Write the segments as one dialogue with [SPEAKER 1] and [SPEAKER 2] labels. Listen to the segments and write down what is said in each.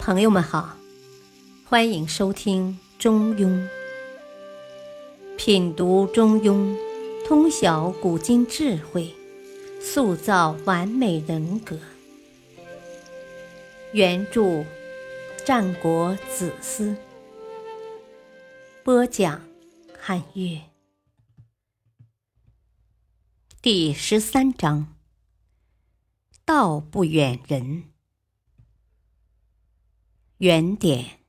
[SPEAKER 1] 朋友们好，欢迎收听中庸。品读中庸，通晓古今智慧，塑造完美人格。原著战国子思，播讲汉乐。第13章，道不远人。原典：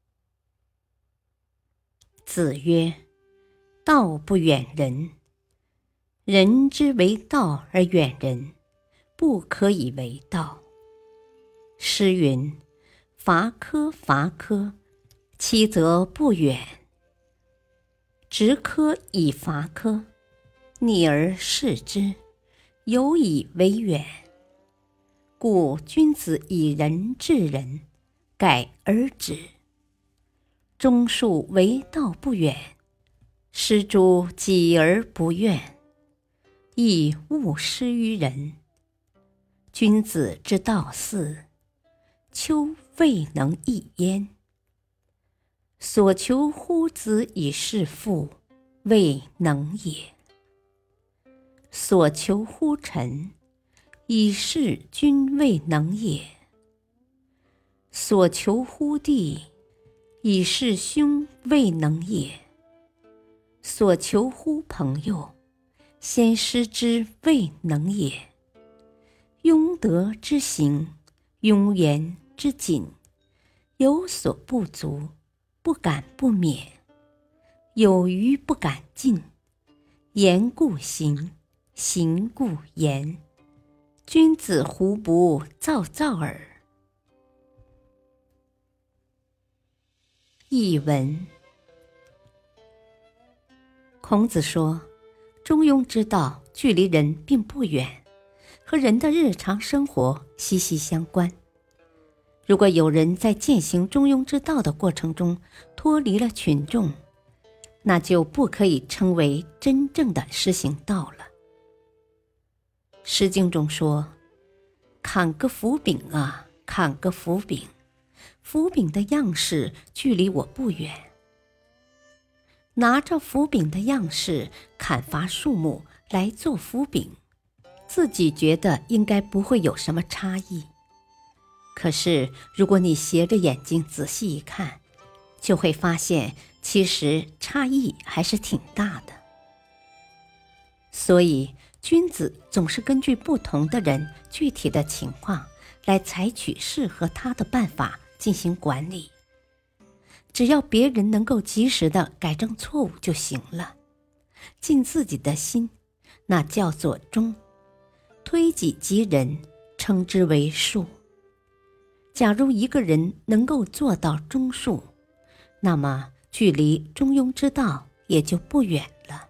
[SPEAKER 1] 子曰：道不远人，人之为道而远人，不可以为道。诗云：伐柯伐柯，其则不远。执柯以伐柯，逆而视之，有以为远。故君子以仁治人，改而止。忠恕为道不远，施诸己而不怨，亦勿施于人。君子之道四，丘未能一焉。所求乎子以事父，未能也；所求乎臣以事君，未能也；所求乎弟以事兄，未能也；所求乎朋友，先师之未能也。庸德之行，庸言之谨，有所不足，不敢不勉；有余不敢进，言故行，行故言。君子胡不躁躁耳？译文：孔子说，中庸之道距离人并不远，和人的日常生活息息相关。如果有人在践行中庸之道的过程中脱离了群众，那就不可以称为真正的施行道了。诗经中说，砍个斧柄啊，砍个斧柄，斧柄的样式距离我不远。拿着斧柄的样式砍伐树木来做斧柄，自己觉得应该不会有什么差异。可是如果你斜着眼睛仔细一看，就会发现其实差异还是挺大的。所以君子总是根据不同的人具体的情况来采取适合他的办法进行管理。只要别人能够及时的改正错误就行了，尽自己的心，那叫做忠；推己及人，称之为恕。假如一个人能够做到忠恕，那么距离中庸之道也就不远了。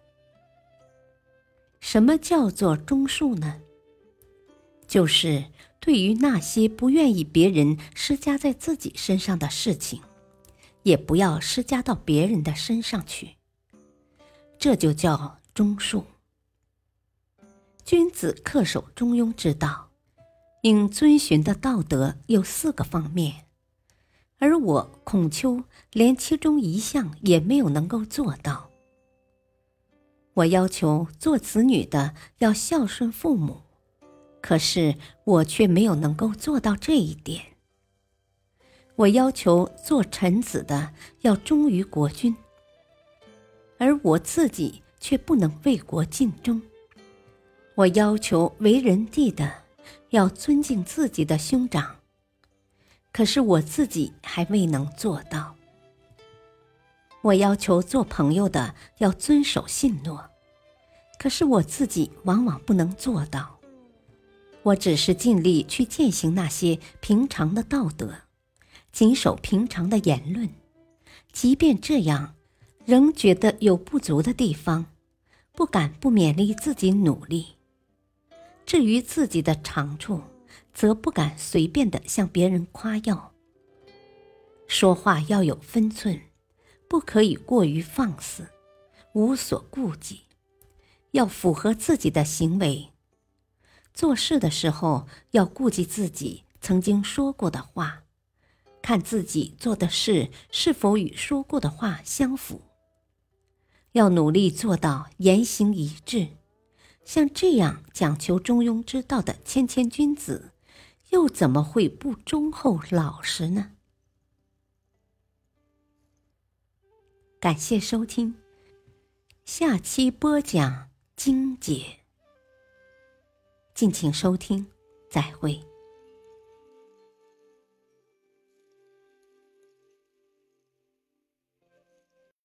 [SPEAKER 1] 什么叫做忠恕呢？就是对于那些不愿意别人施加在自己身上的事情，也不要施加到别人的身上去，这就叫忠恕。君子恪守中庸之道，应遵循的道德有4个方面，而我孔丘连其中一项也没有能够做到。我要求做子女的要孝顺父母，可是我却没有能够做到这一点。我要求做臣子的要忠于国君，而我自己却不能为国尽忠。我要求为人弟的要尊敬自己的兄长，可是我自己还未能做到。我要求做朋友的要遵守信诺，可是我自己往往不能做到。我只是尽力去践行那些平常的道德，谨守平常的言论，即便这样，仍觉得有不足的地方，不敢不勉励自己努力。至于自己的长处，则不敢随便地向别人夸耀。说话要有分寸，不可以过于放肆，无所顾忌，要符合自己的行为。做事的时候要顾及自己曾经说过的话， 看自己做的事是否与说过的话相符。要努力做到言行一致。像这样讲求中庸之道的谦谦君子，又怎么会不忠厚老实呢？感谢收听，下期播讲精解。敬请收听，再会。